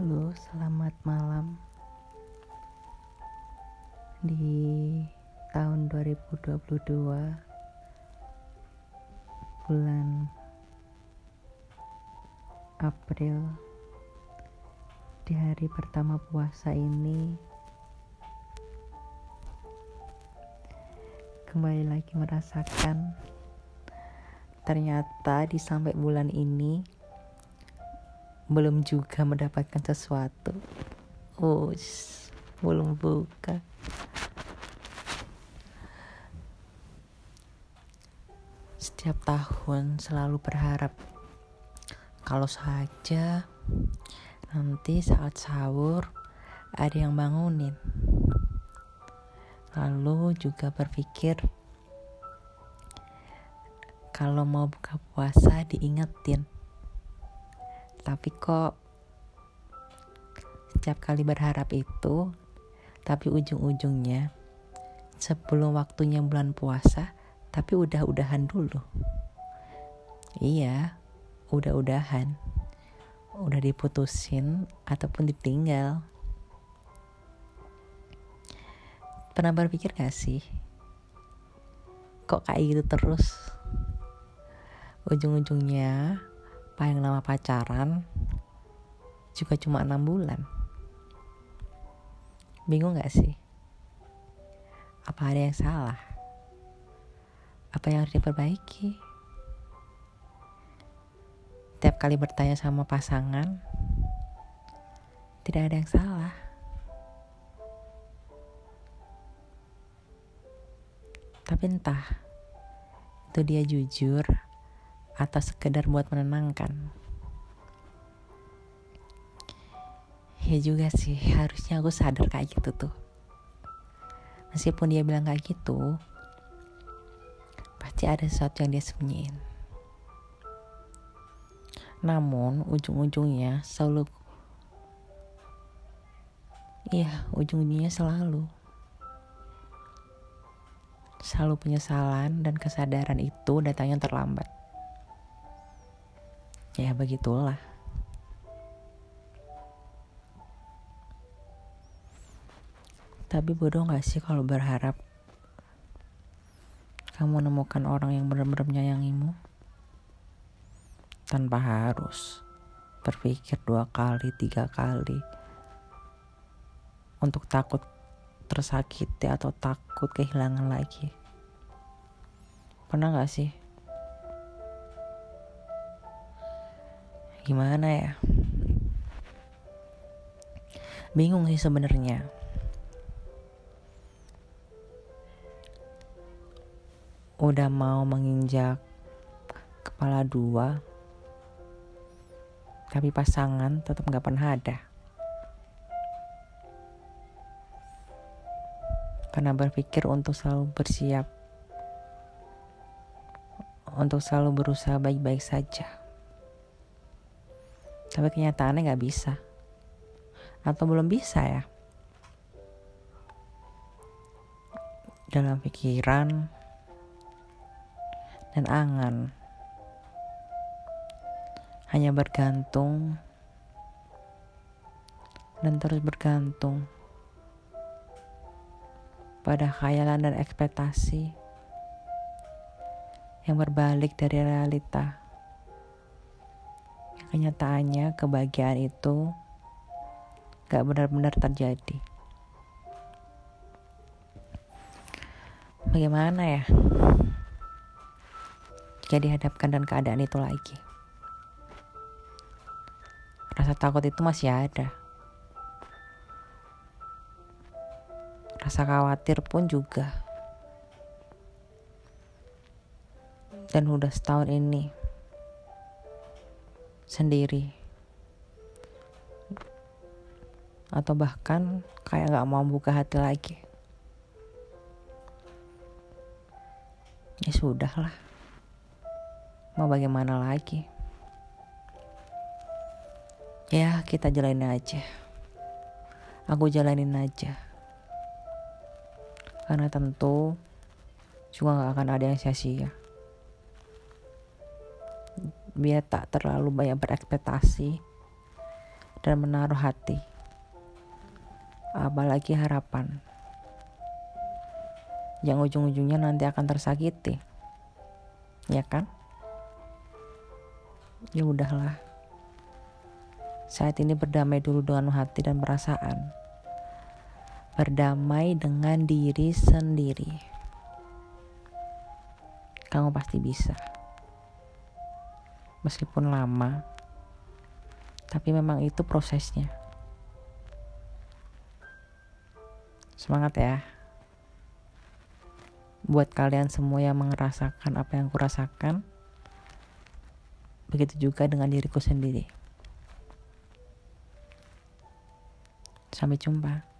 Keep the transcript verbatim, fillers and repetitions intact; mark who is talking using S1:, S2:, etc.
S1: Halo, selamat malam. Di tahun dua ribu dua puluh dua, bulan April, di hari pertama puasa ini, kembali lagi merasakan ternyata di sampai bulan ini belum juga mendapatkan sesuatu. Oh, belum buka. Setiap tahun selalu berharap kalau saja nanti saat sahur ada yang bangunin. Lalu juga berpikir kalau mau buka puasa diingetin. Tapi kok setiap kali berharap itu, tapi ujung-ujungnya sebelum waktunya bulan puasa, tapi udah-udahan dulu. Iya, udah-udahan. Udah diputusin ataupun ditinggal. Pernah berpikir gak sih? Kok kayak gitu terus? Ujung-ujungnya paling lama pacaran juga cuma enam bulan. Bingung gak sih? Apa ada yang salah? Apa yang harus diperbaiki? Tiap kali bertanya sama pasangan, tidak ada yang salah. Tapi entah itu dia jujur atau sekedar buat menenangkan. Ya juga sih, harusnya aku sadar kayak gitu tuh. Meskipun dia bilang kayak gitu, pasti ada sesuatu yang dia sembunyiin. Namun ujung-ujungnya selalu Iya, ujung-ujungnya selalu Selalu penyesalan dan kesadaran itu datangnya terlambat. Ya begitulah. Tapi bodoh gak sih kalau berharap kamu menemukan orang yang benar-benar menyayangimu tanpa harus berpikir dua kali, tiga kali untuk takut tersakiti atau takut kehilangan lagi. Pernah gak sih? Gimana ya? Bingung sih sebenarnya. Udah mau menginjak kepala dua, tapi pasangan tetap gak pernah ada. Pernah berpikir untuk selalu bersiap, untuk selalu berusaha baik-baik saja. Tapi kenyataannya gak bisa. Atau belum bisa ya. Dalam pikiran dan angan hanya bergantung dan terus bergantung pada khayalan dan ekspektasi yang berbalik dari realita. Kenyataannya kebahagiaan itu gak benar-benar terjadi. Bagaimana ya jika dihadapkan dengan keadaan itu lagi? Rasa takut itu masih ada. Rasa khawatir pun juga. Dan udah setahun ini sendiri. Atau bahkan kayak gak mau buka hati lagi. Ya sudahlah. Mau bagaimana lagi? Ya kita jalanin aja. Aku jalanin aja. Karena tentu juga gak akan ada yang sia-sia. Biar tak terlalu banyak berekspektasi dan menaruh hati, apalagi harapan, yang ujung-ujungnya nanti akan tersakiti, ya kan? Ya udahlah, saat ini berdamai dulu dengan hati dan perasaan, berdamai dengan diri sendiri. Kamu pasti bisa, meskipun lama, tapi memang itu prosesnya. Semangat ya. Buat kalian semua yang merasakan apa yang kurasakan, begitu juga dengan diriku sendiri. Sampai jumpa.